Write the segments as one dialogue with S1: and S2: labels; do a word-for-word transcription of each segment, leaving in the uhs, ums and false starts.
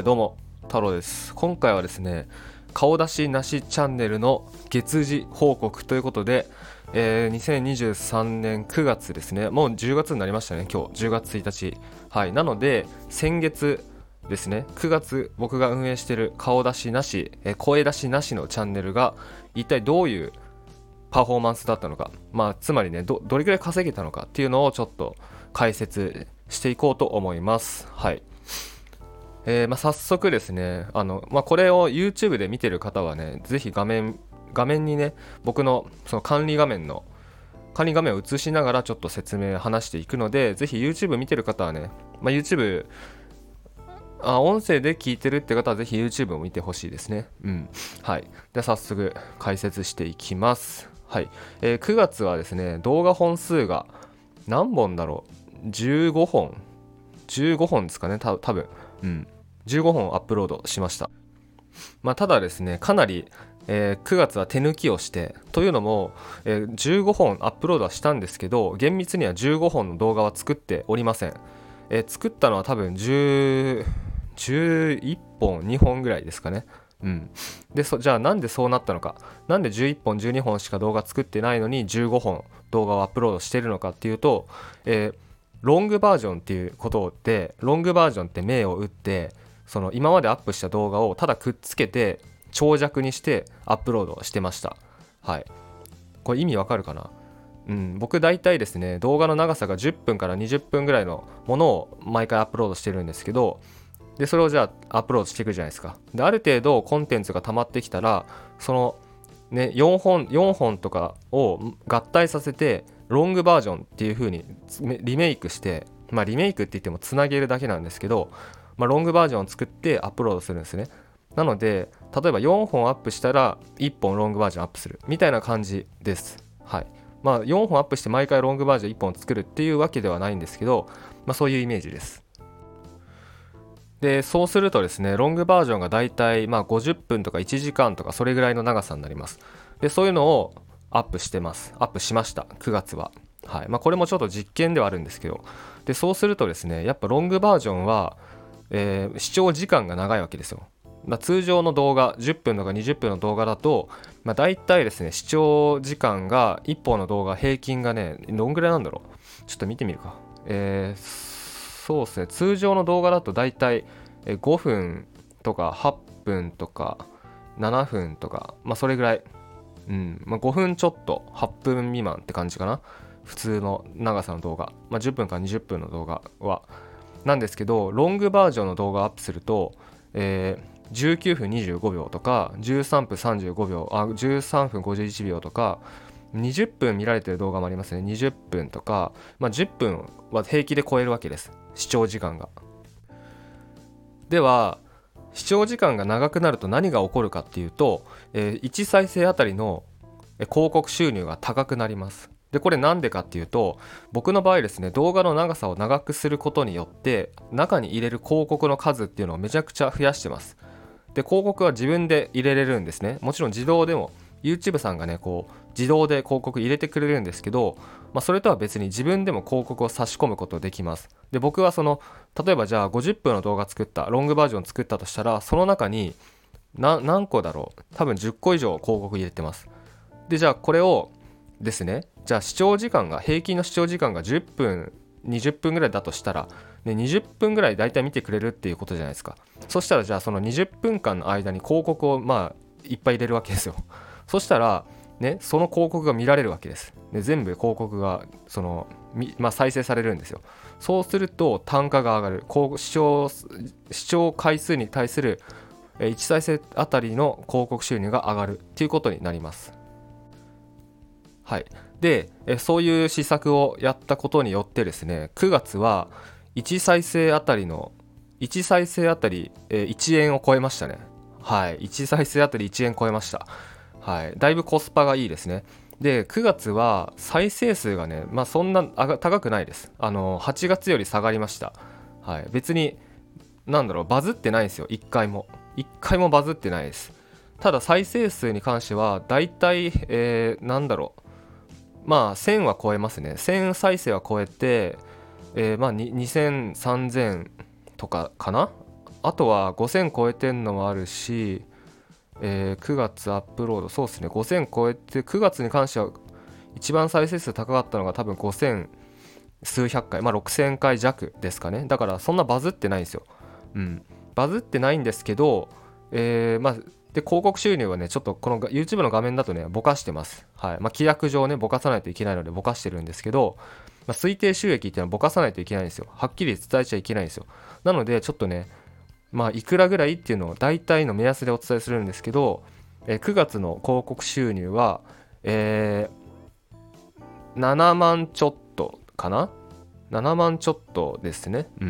S1: どうも太郎です。今回はですね、顔出しなしチャンネルの月次報告ということで、えー、にせんにじゅうさんねんくがつですね。もうじゅうがつになりましたね。今日じゅうがつついたち、はい、なので先月ですね、くがつ僕が運営している顔出しなし、えー声出しなしのチャンネルが一体どういうパフォーマンスだったのか、まあ、つまりね ど, どれくらい稼げたのかっていうのをちょっと解説していこうと思います。はい。えーまあ、早速ですね、あの、まあ、これを YouTube で見てる方はね、ぜひ画面画面にね、僕のその管理画面の管理画面を映しながらちょっと説明話していくので、ぜひ YouTube 見てる方はね、まあ、YouTube あ音声で聞いてるって方はぜひ YouTube を見てほしいですね。うん。はい。では早速解説していきます。はい。えーくがつはですね、動画本数が何本だろう ?じゅうご 本。じゅうごほんですかね、た多分うん。じゅうごほんアップロードしました。まあ、ただですね、かなり、えーくがつは手抜きをして、というのも、えーじゅうごほんアップロードはしたんですけど、厳密にはじゅうごほんの動画は作っておりません。えー作ったのは多分じゅう、じゅういっぽん、にほんぐらいですかね。うん。で、そじゃあなんでそうなったのか。なんでじゅういっぽん、じゅうにほんしか動画作ってないのにじゅうごほん動画をアップロードしてるのかっていうと、えーロングバージョンっていうことで、ロングバージョンって銘を打って、その今までアップした動画をただくっつけて長尺にしてアップロードしてました。はい。これ意味わかるかな。うん、僕大体ですね、動画の長さがじゅっぷんからにじゅっぷんぐらいのものを毎回アップロードしてるんですけど、でそれをじゃあアップロードしていくじゃないですか。である程度コンテンツが溜まってきたら、そのねよんほんよんほんとかを合体させてロングバージョンっていう風にリメイクして、まあリメイクって言ってもつなげるだけなんですけど、まあ、ロングバージョンを作ってアップロードするんですね。なので例えばよんほんアップしたらいっぽんロングバージョンアップするみたいな感じです。はい。まあよんほんアップして毎回ロングバージョンいっぽん作るっていうわけではないんですけど、まあそういうイメージです。でそうするとですね、ロングバージョンがだいたいまあごじゅっぷんとかいちじかんとかそれぐらいの長さになります。でそういうのをアップしてますアップしましたくがつは。はい。まあこれもちょっと実験ではあるんですけど、でそうするとですね、やっぱロングバージョンは、えー視聴時間が長いわけですよ。まあ、通常の動画じゅっぷんとかにじゅっぷんの動画だと、まあ、大体ですね視聴時間がいっぽんの動画平均がねどんぐらいなんだろう、ちょっと見てみるか。えーそうですね、通常の動画だと大体ごふんとかはっぷんとかななふんとか、まあそれぐらい、うんまあ、ごふんちょっとはっぷん未満って感じかな、普通の長さの動画、まあ、じゅっぷんからにじゅっぷんの動画はなんですけど、ロングバージョンの動画をアップすると、えーじゅうきゅうふんにじゅうごびょうとかじゅうさんぷんさんじゅうごびょう、あじゅうさんぷんごじゅういちびょうとかにじゅっぷん見られてる動画もありますね。にじゅっぷんとか、まあ、じゅっぷんは平気で超えるわけです、視聴時間が。では視聴時間が長くなると何が起こるかっていうと、えーいち再生あたりのえー広告収入が高くなります。でこれなんでかっていうと、僕の場合ですね、動画の長さを長くすることによって中に入れる広告の数っていうのをめちゃくちゃ増やしてます。で広告は自分で入れれるんですね。もちろん自動でも YouTube さんがねこう自動で広告入れてくれるんですけど、まあ、それとは別に自分でも広告を差し込むことできます。で僕はその例えばじゃあごじゅっぷんの動画作ったロングバージョン作ったとしたら、その中にな何個だろう、多分じゅっこ以上広告入れてます。でじゃあこれをですね、じゃあ視聴時間が平均の視聴時間がじゅっぷんにじゅっぷんぐらいだとしたら、ね、にじゅっぷんぐらいだいたい見てくれるっていうことじゃないですか。そしたらじゃあそのにじゅっぷんかんの間に広告をまあいっぱい入れるわけですよ。そしたらね、その広告が見られるわけです。で全部広告がその、まあ、再生されるんですよ。そうすると単価が上がる、視聴視聴回数に対するいち再生あたりの広告収入が上がるっていうことになります。はい。でそういう施策をやったことによってですね、くがつはいち再生あたりのいち再生あたりいちえんを超えましたね。はい。いち再生あたりいちえん超えました。はい。だいぶコスパがいいですね。でくがつは再生数がね、まあそんな高くないです。あのはちがつより下がりました。はい。別になんだろう、バズってないんですよ。いっかいもいっかいもバズってないです。ただ再生数に関してはだいたい、えー、なんだろう、まあせんは超えますね。せん再生は超えて、えー、まあにせん、さんぜんとかかな。 あとはごせん超えてんのもあるし、えー、くがつアップロード、そうですね、ごせん超えて、くがつに関しては一番再生数高かったのが多分ごせん数百回、まあろくせんかい弱ですかね。だからそんなバズってないんですよ。うん、バズってないんですけど、えー、まあで広告収入はねちょっとこの YouTube の画面だとねぼかしてます。はい。まあ、規約上ねぼかさないといけないのでぼかしてるんですけど、まあ、推定収益っていうのはぼかさないといけないんですよ。はっきり伝えちゃいけないんですよ。なのでちょっとね、まあいくらぐらいっていうのを大体の目安でお伝えするんですけど、えー、くがつの広告収入は、えー、ななまんちょっとかな、ななまんちょっとですね。うん。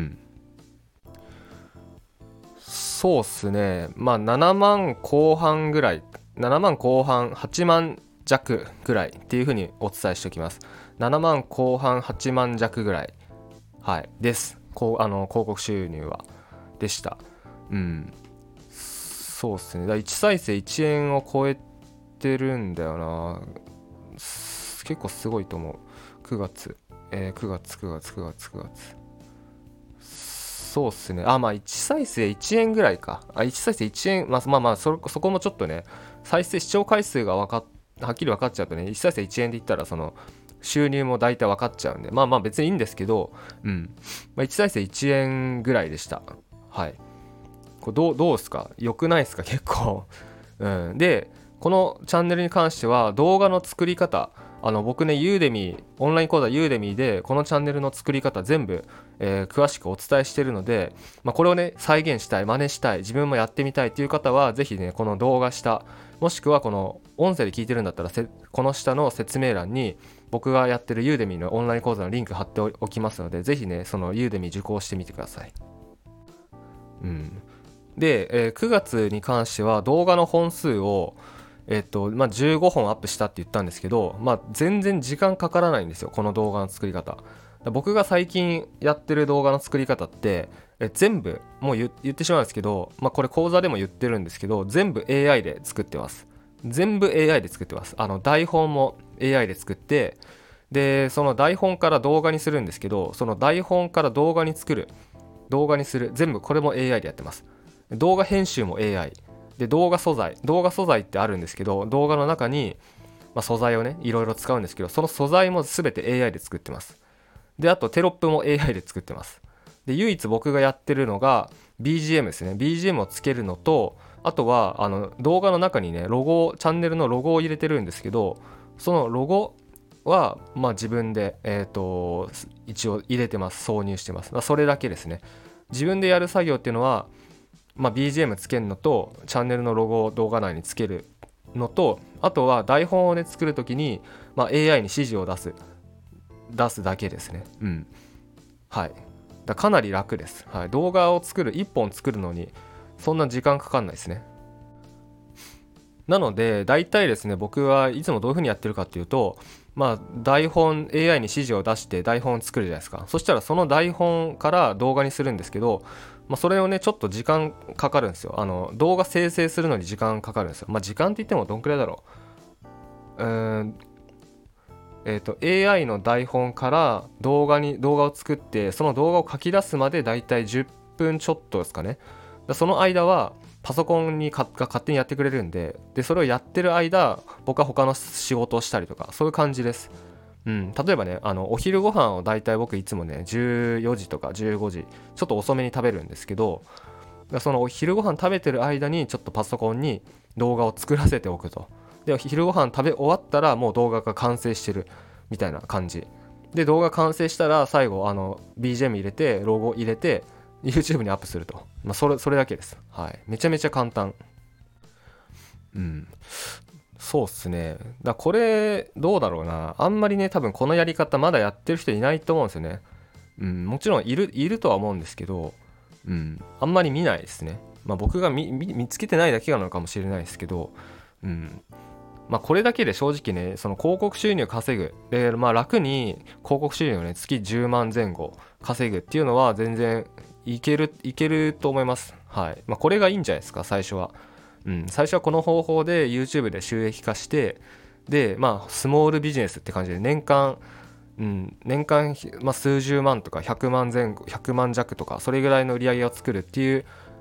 S1: そうっすね。まあななまんこう半ぐらい、ななまんこう半、はちまん弱ぐらいっていう風にお伝えしておきます。ななまんこう半、はちまん弱ぐらい、はいです。こうあの広告収入はでした。うん。そうっすね。だいち再生いちえんを超えてるんだよな。結構すごいと思う。くがつ、えー、くがつくがつくがつくがつ、そうっすね。あ、まあいち再生いちえんぐらいか。あ、いち再生いちえん、まあまあまあそ、そこもちょっとね、再生視聴回数がわかっはっきり分かっちゃうとね、いち再生いちえんで言ったらその収入も大体分かっちゃうんで、まあまあ別にいいんですけど、うん。まあ、いち再生いちえんぐらいでした。はい。これどう、どうですか？良くないですか？結構。うん。で、このチャンネルに関しては動画の作り方、あの僕ね、ユーデミー、オンライン講座ユーデミーでこのチャンネルの作り方全部、えー詳しくお伝えしているので、まあ、これをね、再現したい、真似したい、自分もやってみたいという方は、ぜひね、この動画下、もしくはこの音声で聞いてるんだったら、この下の説明欄に僕がやってるユーデミーのオンライン講座のリンク貼っておきますので、ぜひね、そのユーデミー受講してみてください。うん。で、えーくがつに関しては動画の本数を、えっとまあ、じゅうごほんアップしたって言ったんですけど、まあ、全然時間かからないんですよ、この動画の作り方。僕が最近やってる動画の作り方って、え全部もう 言, 言ってしまうんですけど、まあ、これ講座でも言ってるんですけど、全部 エーアイ で作ってます。全部 エーアイ で作ってます。あの台本も エーアイ で作って、でその台本から動画にするんですけど、その台本から動画に作る、動画にする、全部これも エーアイ でやってます。動画編集も エーアイで、動画素材動画素材ってあるんですけど、動画の中に、まあ、素材をねいろいろ使うんですけど、その素材も全て エーアイ で作ってます。であとテロップも エーアイ で作ってます。で唯一僕がやってるのが ビージーエム ですね。 ビージーエム をつけるのと、あとはあの動画の中にねロゴ、チャンネルのロゴを入れてるんですけど、そのロゴはまあ自分で、えー、と一応入れてます。挿入してます。それだけですね。自分でやる作業っていうのは、まあ、ビージーエム つけるのと、チャンネルのロゴを動画内につけるのと、あとは台本をね作るときに、まあ、エーアイ に指示を出す出すだけですね。うん。はい。だかなり楽です。はい。動画を作る、いっぽん作るのにそんな時間かかんないですね。なので大体ですね、僕はいつもどういう風にやってるかっていうと、まあ台本 エーアイ に指示を出して台本を作るじゃないですか。そしたらその台本から動画にするんですけど、まあ、それをねちょっと時間かかるんですよ。あの動画生成するのに時間かかるんですよ。まあ時間って言ってもどんくらいだろう。うーんえーと エーアイ の台本から動画に動画を作って、その動画を書き出すまでだいたいじゅっぷんちょっとですかね。その間はパソコンにかが勝手にやってくれるんで、でそれをやってる間僕は他の仕事をしたりとか、そういう感じです。うん、例えばね、あのお昼ご飯をだいたい僕いつもねじゅうよじとかじゅうごじ、ちょっと遅めに食べるんですけど、そのお昼ご飯食べてる間にちょっとパソコンに動画を作らせておくと。で昼ご飯食べ終わったらもう動画が完成してるみたいな感じで、動画完成したら最後あの ビージーエム 入れてロゴ入れて YouTube にアップすると、まあ、それそれだけです。はい、めちゃめちゃ簡単。うん、そうっすね。だこれどうだろうな、あんまりね多分このやり方まだやってる人いないと思うんですよね。うん、もちろんいるいるとは思うんですけど、うん、あんまり見ないですね。まあ僕が 見, 見, 見つけてないだけなのかもしれないですけど、うん、まあこれだけで正直ね、その広告収入稼ぐで、まあ楽に広告収入をね月じゅうまんぜん後稼ぐっていうのは全然いけるいけると思います。はい。まあこれがいいんじゃないですか、最初は。うん、最初はこの方法で YouTube で収益化して、でまあスモールビジネスって感じで年間、うん、年間、まあ、数十万とかひゃくまんぜん後、ひゃくまん弱とかそれぐらいの売り上げを作るっていう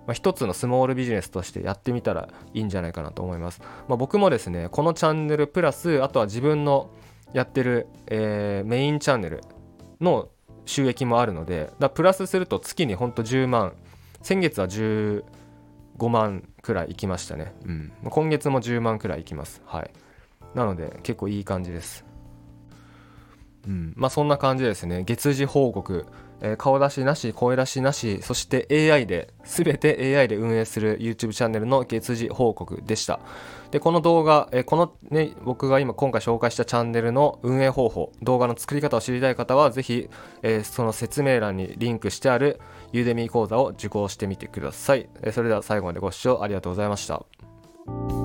S1: まあ、一つのスモールビジネスとしてやってみたらいいんじゃないかなと思います。まあ、僕もですねこのチャンネルプラスあとは自分のやってる、えー、メインチャンネルの収益もあるので、だプラスすると月にほんとじゅうまん、先月はじゅうごまんくらいいきましたね、うん、今月もじゅうまんくらいいきます。はい、なので結構いい感じです。うん、まあそんな感じですね。月次報告、えー、顔出しなし、声出しなし、そして エーアイ で全て エーアイ で運営する YouTube チャンネルの月次報告でした。でこの動画、えー、このね僕が今今回紹介したチャンネルの運営方法、動画の作り方を知りたい方はぜひ、えー、その説明欄にリンクしてある Udemy 講座を受講してみてください。えー、それでは最後までご視聴ありがとうございました。